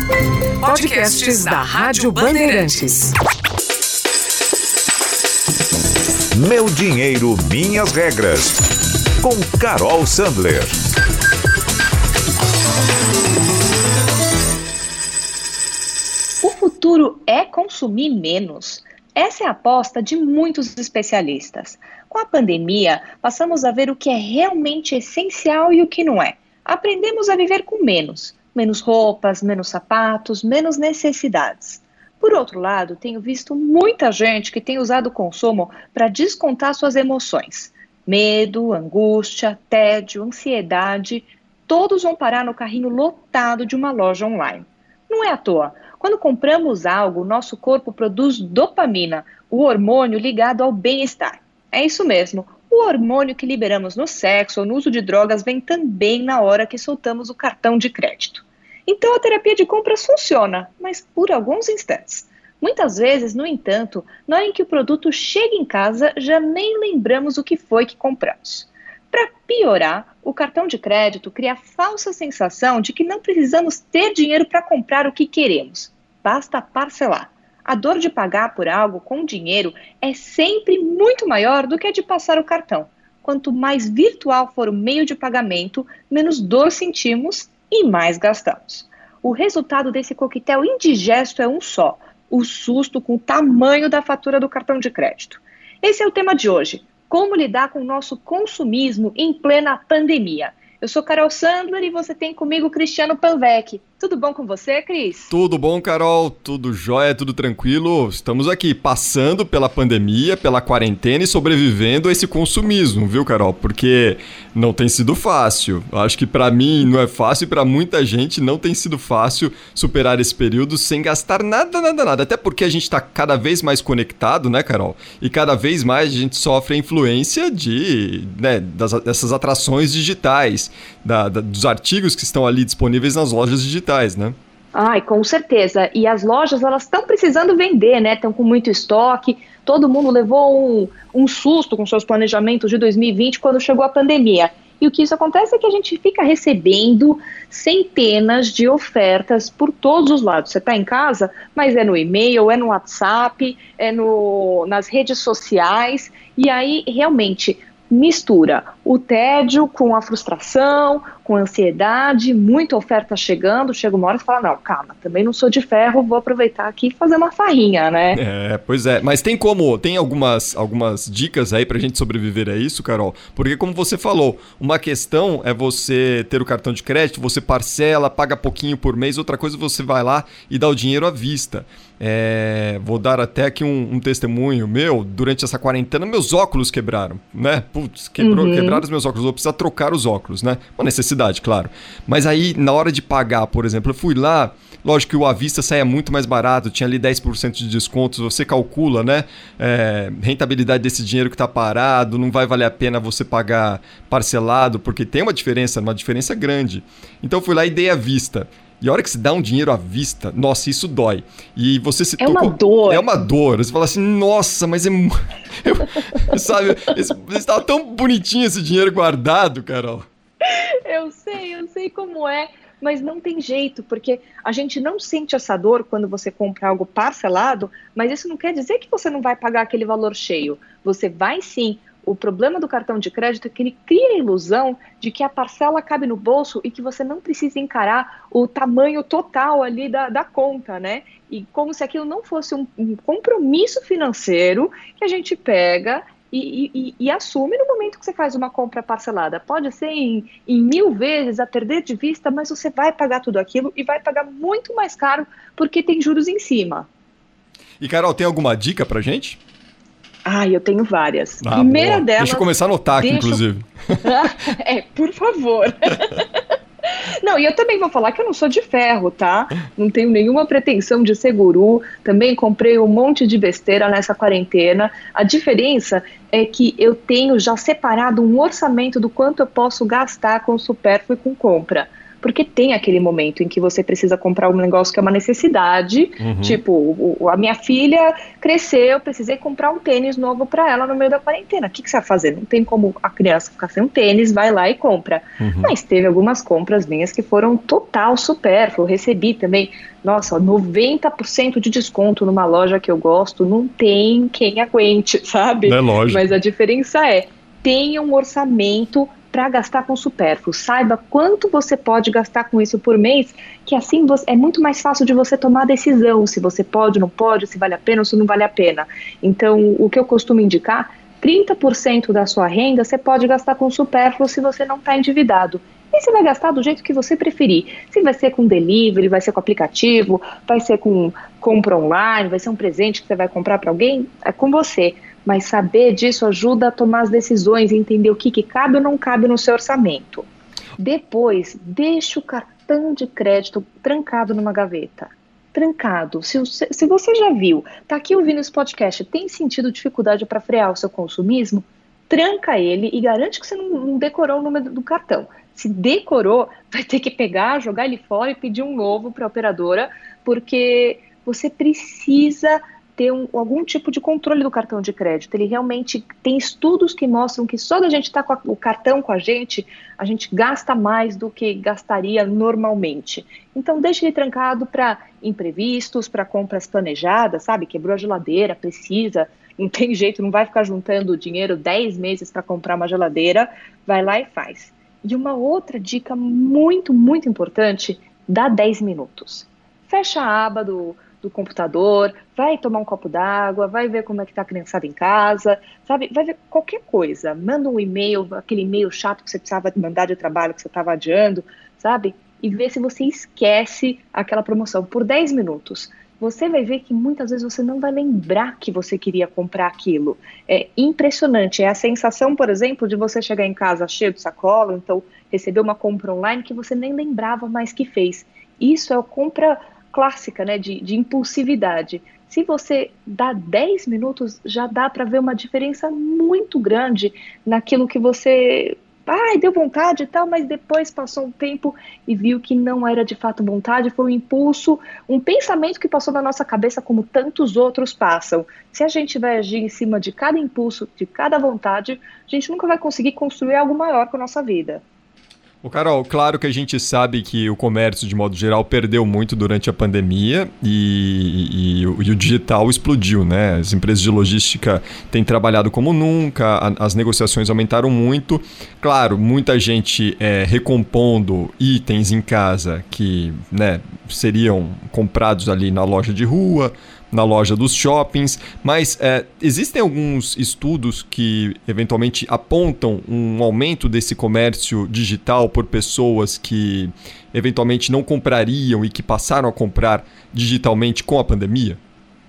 Podcasts da Rádio Bandeirantes. Meu dinheiro, minhas regras. Com Carol Sandler. O futuro é consumir menos. Essa é a aposta de muitos especialistas. Com a pandemia, passamos a ver o que é realmente essencial e o que não é. Aprendemos a viver com menos. Menos roupas, menos sapatos, menos necessidades. Por outro lado, tenho visto muita gente que tem usado o consumo para descontar suas emoções. Medo, angústia, tédio, ansiedade, todos vão parar no carrinho lotado de uma loja online. Não é à toa. Quando compramos algo, nosso corpo produz dopamina, o hormônio ligado ao bem-estar. É isso mesmo. O hormônio que liberamos no sexo ou no uso de drogas vem também na hora que soltamos o cartão de crédito. Então a terapia de compras funciona, mas por alguns instantes. Muitas vezes, no entanto, na hora em que o produto chega em casa, já nem lembramos o que foi que compramos. Para piorar, o cartão de crédito cria a falsa sensação de que não precisamos ter dinheiro para comprar o que queremos. Basta parcelar. A dor de pagar por algo com dinheiro é sempre muito maior do que a de passar o cartão. Quanto mais virtual for o meio de pagamento, menos dor sentimos e mais gastamos. O resultado desse coquetel indigesto é um só: o susto com o tamanho da fatura do cartão de crédito. Esse é o tema de hoje: como lidar com o nosso consumismo em plena pandemia. Eu sou Carol Sandler e você tem comigo Cristiano Panvec. Tudo bom com você, Cris? Tudo bom, Carol? Tudo jóia, tudo tranquilo? Estamos aqui passando pela pandemia, pela quarentena e sobrevivendo a esse consumismo, viu, Carol? Porque não tem sido fácil. Eu acho que para mim não é fácil e para muita gente não tem sido fácil superar esse período sem gastar nada. Até porque a gente está cada vez mais conectado, né, Carol? E cada vez mais a gente sofre a influência dessas atrações digitais, dos artigos que estão ali disponíveis nas lojas digitais, né? Ai, com certeza. E as lojas, elas estão precisando vender, né? Estão com muito estoque. Todo mundo levou um susto com seus planejamentos de 2020 quando chegou a pandemia. E o que isso acontece é que a gente fica recebendo centenas de ofertas por todos os lados. Você está em casa, mas é no e-mail, é no WhatsApp, é nas redes sociais. E aí, realmente, mistura o tédio com a frustração, com a ansiedade, muita oferta chegando, chega uma hora e fala, não, calma, também não sou de ferro, vou aproveitar aqui e fazer uma farrinha, né? Pois é, mas tem algumas dicas aí pra gente sobreviver a isso, Carol? Porque como você falou, uma questão é você ter o cartão de crédito, você parcela, paga pouquinho por mês, outra coisa você vai lá e dá o dinheiro à vista. Vou dar até aqui um testemunho meu. Durante essa quarentena, meus óculos quebraram, né? Quebraram os meus óculos, vou precisar trocar os óculos, né? Uma necessidade, claro. Mas aí, na hora de pagar, por exemplo, eu fui lá, lógico que o à vista saia muito mais barato, tinha ali 10% de descontos, você calcula, né? Rentabilidade desse dinheiro que está parado, não vai valer a pena você pagar parcelado, porque tem uma diferença grande. Então eu fui lá e dei à vista. E a hora que se dá um dinheiro à vista, nossa, isso dói. E você se tocou... uma dor. É uma dor. Você fala assim, nossa, mas sabe, estava tão bonitinho esse dinheiro guardado, Carol. Eu sei como é, mas não tem jeito, porque a gente não sente essa dor quando você compra algo parcelado, mas isso não quer dizer que você não vai pagar aquele valor cheio. Você vai sim. O problema do cartão de crédito é que ele cria a ilusão de que a parcela cabe no bolso e que você não precisa encarar o tamanho total ali da conta, né? E como se aquilo não fosse um compromisso financeiro que a gente pega e assume no momento que você faz uma compra parcelada. Pode ser em 1000 vezes a perder de vista, mas você vai pagar tudo aquilo e vai pagar muito mais caro porque tem juros em cima. E, Carol, tem alguma dica pra gente? Eu tenho várias. Primeira boa. delas... Deixa eu começar a anotar aqui, inclusive. Por favor. Não, e eu também vou falar que eu não sou de ferro, tá? Não tenho nenhuma pretensão de ser guru. Também comprei um monte de besteira nessa quarentena. A diferença é que eu tenho já separado um orçamento do quanto eu posso gastar com supérfluo e com compra. porque tem aquele momento em que você precisa comprar um negócio que é uma necessidade, tipo, a minha filha cresceu, eu precisei comprar um tênis novo para ela no meio da quarentena. O que você vai fazer? Não tem como a criança ficar sem um tênis, vai lá e compra. Mas teve algumas compras minhas que foram total supérfluo. Eu recebi também, nossa, 90% de desconto numa loja que eu gosto, não tem quem aguente, sabe? É lógico. Mas a diferença tenha um orçamento para gastar com supérfluo. Saiba quanto você pode gastar com isso por mês, que assim é muito mais fácil de você tomar a decisão, se você pode, não pode, se vale a pena ou se não vale a pena. Então, o que eu costumo indicar, 30% da sua renda você pode gastar com supérfluo se você não está endividado. E você vai gastar do jeito que você preferir. Se vai ser com delivery, vai ser com aplicativo, vai ser com compra online, vai ser um presente que você vai comprar para alguém, é com você. Mas saber disso ajuda a tomar as decisões, entender o que cabe ou não cabe no seu orçamento. Depois, deixa o cartão de crédito trancado numa gaveta. Trancado. Se você já viu, tá aqui ouvindo esse podcast, tem sentido dificuldade para frear o seu consumismo, tranca ele e garante que você não decorou o número do cartão. Se decorou, vai ter que pegar, jogar ele fora e pedir um novo para a operadora, porque você precisa ter algum tipo de controle do cartão de crédito. Ele realmente tem estudos que mostram que só da gente estar com o cartão com a gente gasta mais do que gastaria normalmente. Então deixe ele trancado para imprevistos, para compras planejadas, sabe? Quebrou a geladeira, precisa, não tem jeito, não vai ficar juntando dinheiro 10 meses para comprar uma geladeira, vai lá e faz. E uma outra dica muito, muito importante, dá 10 minutos. Fecha a aba do computador, vai tomar um copo d'água, vai ver como é que tá a criançada em casa, sabe? Vai ver qualquer coisa. Manda um e-mail, aquele e-mail chato que você precisava mandar de trabalho que você estava adiando, sabe? E vê se você esquece aquela promoção por 10 minutos. Você vai ver que muitas vezes você não vai lembrar que você queria comprar aquilo. É impressionante. É a sensação, por exemplo, de você chegar em casa cheio de sacola, então receber uma compra online que você nem lembrava mais que fez. Isso é a compra clássica, né, de impulsividade. Se você dá 10 minutos, já dá para ver uma diferença muito grande naquilo que você deu vontade e tal, mas depois passou um tempo e viu que não era de fato vontade, foi um impulso, um pensamento que passou na nossa cabeça como tantos outros passam. Se a gente vai agir em cima de cada impulso, de cada vontade, a gente nunca vai conseguir construir algo maior com a nossa vida. Ô Carol, claro que a gente sabe que o comércio, de modo geral, perdeu muito durante a pandemia e o digital explodiu, né? As empresas de logística têm trabalhado como nunca, as negociações aumentaram muito. Claro, muita gente recompondo itens em casa que, né, seriam comprados ali na loja de rua, na loja dos shoppings, mas existem alguns estudos que eventualmente apontam um aumento desse comércio digital por pessoas que eventualmente não comprariam e que passaram a comprar digitalmente com a pandemia?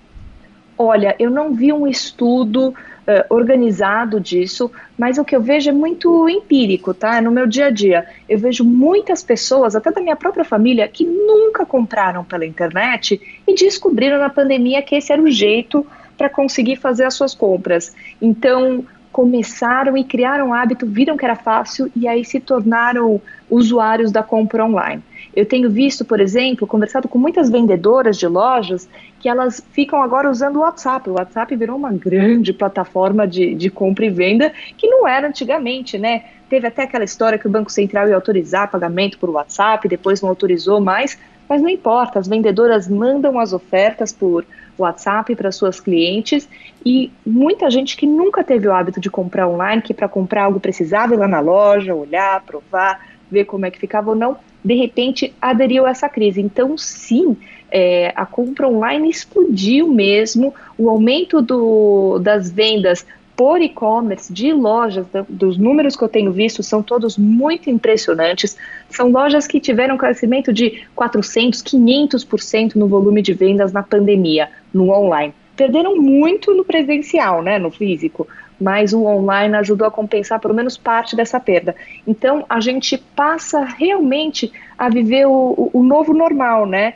Olha, eu não vi um estudo organizado disso, mas o que eu vejo é muito empírico, tá? No meu dia a dia. Eu vejo muitas pessoas, até da minha própria família, que nunca compraram pela internet e descobriram na pandemia que esse era o jeito para conseguir fazer as suas compras. Então, começaram e criaram hábito, viram que era fácil e aí se tornaram usuários da compra online. Eu tenho visto, por exemplo, conversado com muitas vendedoras de lojas que elas ficam agora usando o WhatsApp. O WhatsApp virou uma grande plataforma de compra e venda que não era antigamente, né? Teve até aquela história que o Banco Central ia autorizar pagamento por WhatsApp, depois não autorizou mais, mas não importa, as vendedoras mandam as ofertas por WhatsApp para suas clientes e muita gente que nunca teve o hábito de comprar online, que para comprar algo precisava ir lá na loja, olhar, provar, ver como é que ficava ou não, de repente aderiu a essa crise. Então, sim, a compra online explodiu mesmo, o aumento das vendas por e-commerce de lojas, dos números que eu tenho visto, são todos muito impressionantes. São lojas que tiveram um crescimento de 400%, 500% no volume de vendas na pandemia, no online. Perderam muito no presencial, né, no físico, mas o online ajudou a compensar pelo menos parte dessa perda. Então, a gente passa realmente a viver o novo normal, né?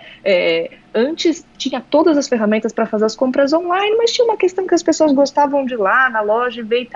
Antes tinha todas as ferramentas para fazer as compras online, mas tinha uma questão que as pessoas gostavam de ir lá na loja e ver e tal.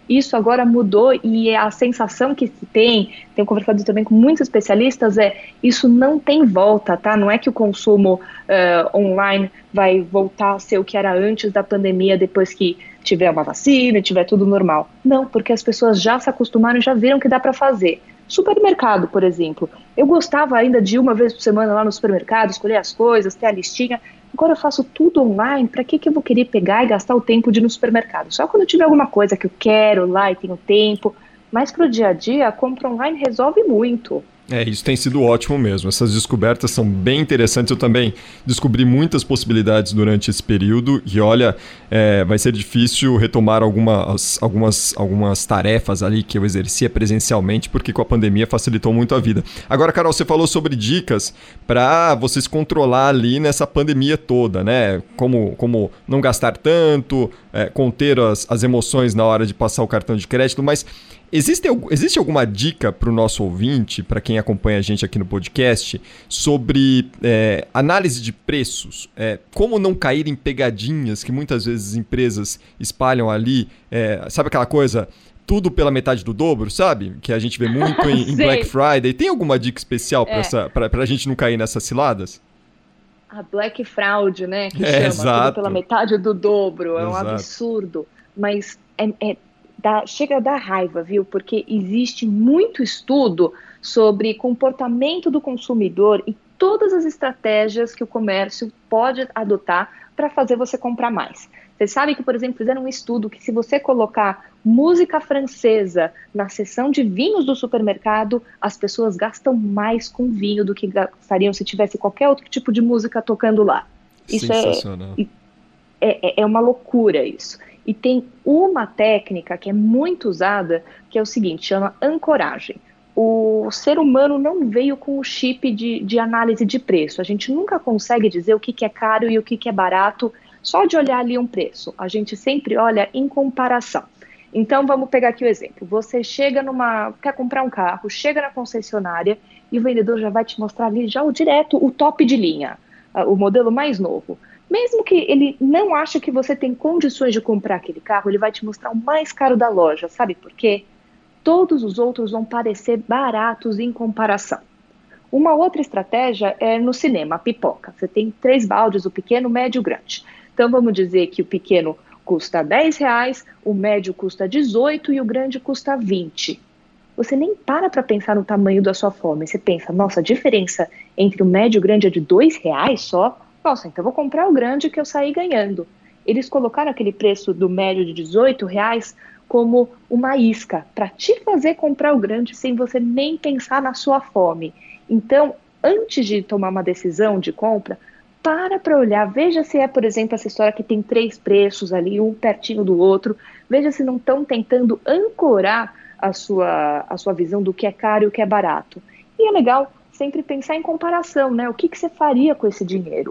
Isso agora mudou e a sensação que se tenho conversado também com muitos especialistas, isso não tem volta, tá? Não é que o consumo online vai voltar a ser o que era antes da pandemia, depois que tiver uma vacina e tiver tudo normal. Não, porque as pessoas já se acostumaram e já viram que dá para fazer. Supermercado, por exemplo. Eu gostava ainda de uma vez por semana lá no supermercado, escolher as coisas, ter a listinha. Agora eu faço tudo online, para que eu vou querer pegar e gastar o tempo de ir no supermercado? Só quando eu tiver alguma coisa que eu quero lá e tenho tempo. Mas para o dia a dia, a compra online resolve muito. Isso tem sido ótimo mesmo. Essas descobertas são bem interessantes. Eu também descobri muitas possibilidades durante esse período e olha, vai ser difícil retomar algumas tarefas ali que eu exercia presencialmente, porque com a pandemia facilitou muito a vida. Agora, Carol, você falou sobre dicas para vocês controlar ali nessa pandemia toda, né? Como não gastar tanto, conter as emoções na hora de passar o cartão de crédito, mas existe alguma dica para o nosso ouvinte, para quem acompanha a gente aqui no podcast, sobre análise de preços? Como não cair em pegadinhas que muitas vezes empresas espalham ali? Sabe aquela coisa, tudo pela metade do dobro, sabe? Que a gente vê muito em Black Friday. Tem alguma dica especial para a gente não cair nessas ciladas? A Black Fraud, né? Que chama, exato. Tudo pela metade do dobro. É um Exato. absurdo. Mas chega a dar raiva, viu? Porque existe muito estudo sobre comportamento do consumidor e todas as estratégias que o comércio pode adotar para fazer você comprar mais. Você sabe que, por exemplo, fizeram um estudo que se você colocar música francesa na seção de vinhos do supermercado, as pessoas gastam mais com vinho do que gastariam se tivesse qualquer outro tipo de música tocando lá. Isso é uma loucura isso. E tem uma técnica que é muito usada, que é o seguinte, chama ancoragem. O ser humano não veio com o chip de análise de preço. A gente nunca consegue dizer o que é caro e o que é barato só de olhar ali um preço. A gente sempre olha em comparação. Então, vamos pegar aqui o exemplo. Você quer comprar um carro, chega na concessionária e o vendedor já vai te mostrar ali já o top de linha, o modelo mais novo. Mesmo que ele não ache que você tem condições de comprar aquele carro, ele vai te mostrar o mais caro da loja. Sabe por quê? Todos os outros vão parecer baratos em comparação. Uma outra estratégia é no cinema, a pipoca. Você tem 3 baldes, o pequeno, o médio e o grande. Então vamos dizer que o pequeno custa R$10, o médio custa 18 e o grande custa 20. Você nem para pensar no tamanho da sua fome. Você pensa, nossa, a diferença entre o médio e o grande é de R$2 só? Nossa, então eu vou comprar o grande que eu saí ganhando. Eles colocaram aquele preço do médio de R$18 como uma isca para te fazer comprar o grande sem você nem pensar na sua fome. Então, antes de tomar uma decisão de compra, para olhar, veja se por exemplo, essa história que tem 3 preços ali, um pertinho do outro, veja se não estão tentando ancorar a sua visão do que é caro e o que é barato. E é legal sempre pensar em comparação, né? O que você faria com esse dinheiro?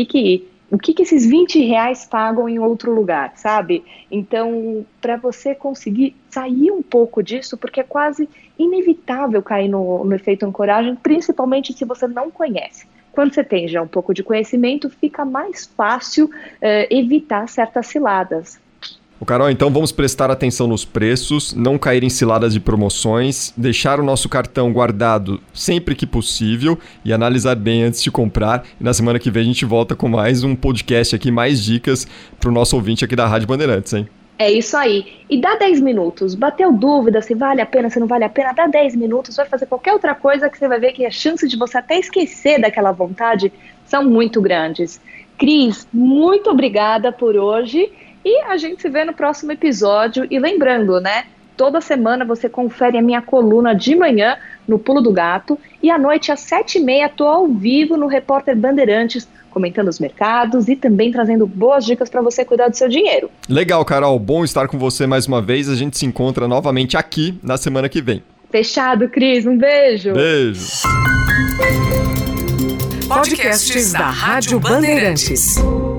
O que esses R$20 pagam em outro lugar, sabe? Então, para você conseguir sair um pouco disso, porque é quase inevitável cair no efeito ancoragem, principalmente se você não conhece. Quando você tem já um pouco de conhecimento, fica mais fácil evitar certas ciladas. Carol, então vamos prestar atenção nos preços, não cair em ciladas de promoções, deixar o nosso cartão guardado sempre que possível e analisar bem antes de comprar. E na semana que vem a gente volta com mais um podcast aqui, mais dicas para o nosso ouvinte aqui da Rádio Bandeirantes, hein? É isso aí. E dá 10 minutos. Bateu dúvida se vale a pena, se não vale a pena, dá 10 minutos, vai fazer qualquer outra coisa que você vai ver que as chances de você até esquecer daquela vontade são muito grandes. Cris, muito obrigada por hoje. E a gente se vê no próximo episódio. E lembrando, né? Toda semana você confere a minha coluna de manhã no Pulo do Gato. E à noite, às 7h30, estou ao vivo no Repórter Bandeirantes, comentando os mercados e também trazendo boas dicas para você cuidar do seu dinheiro. Legal, Carol. Bom estar com você mais uma vez. A gente se encontra novamente aqui na semana que vem. Fechado, Cris. Um beijo. Beijo. Podcasts da Rádio Bandeirantes.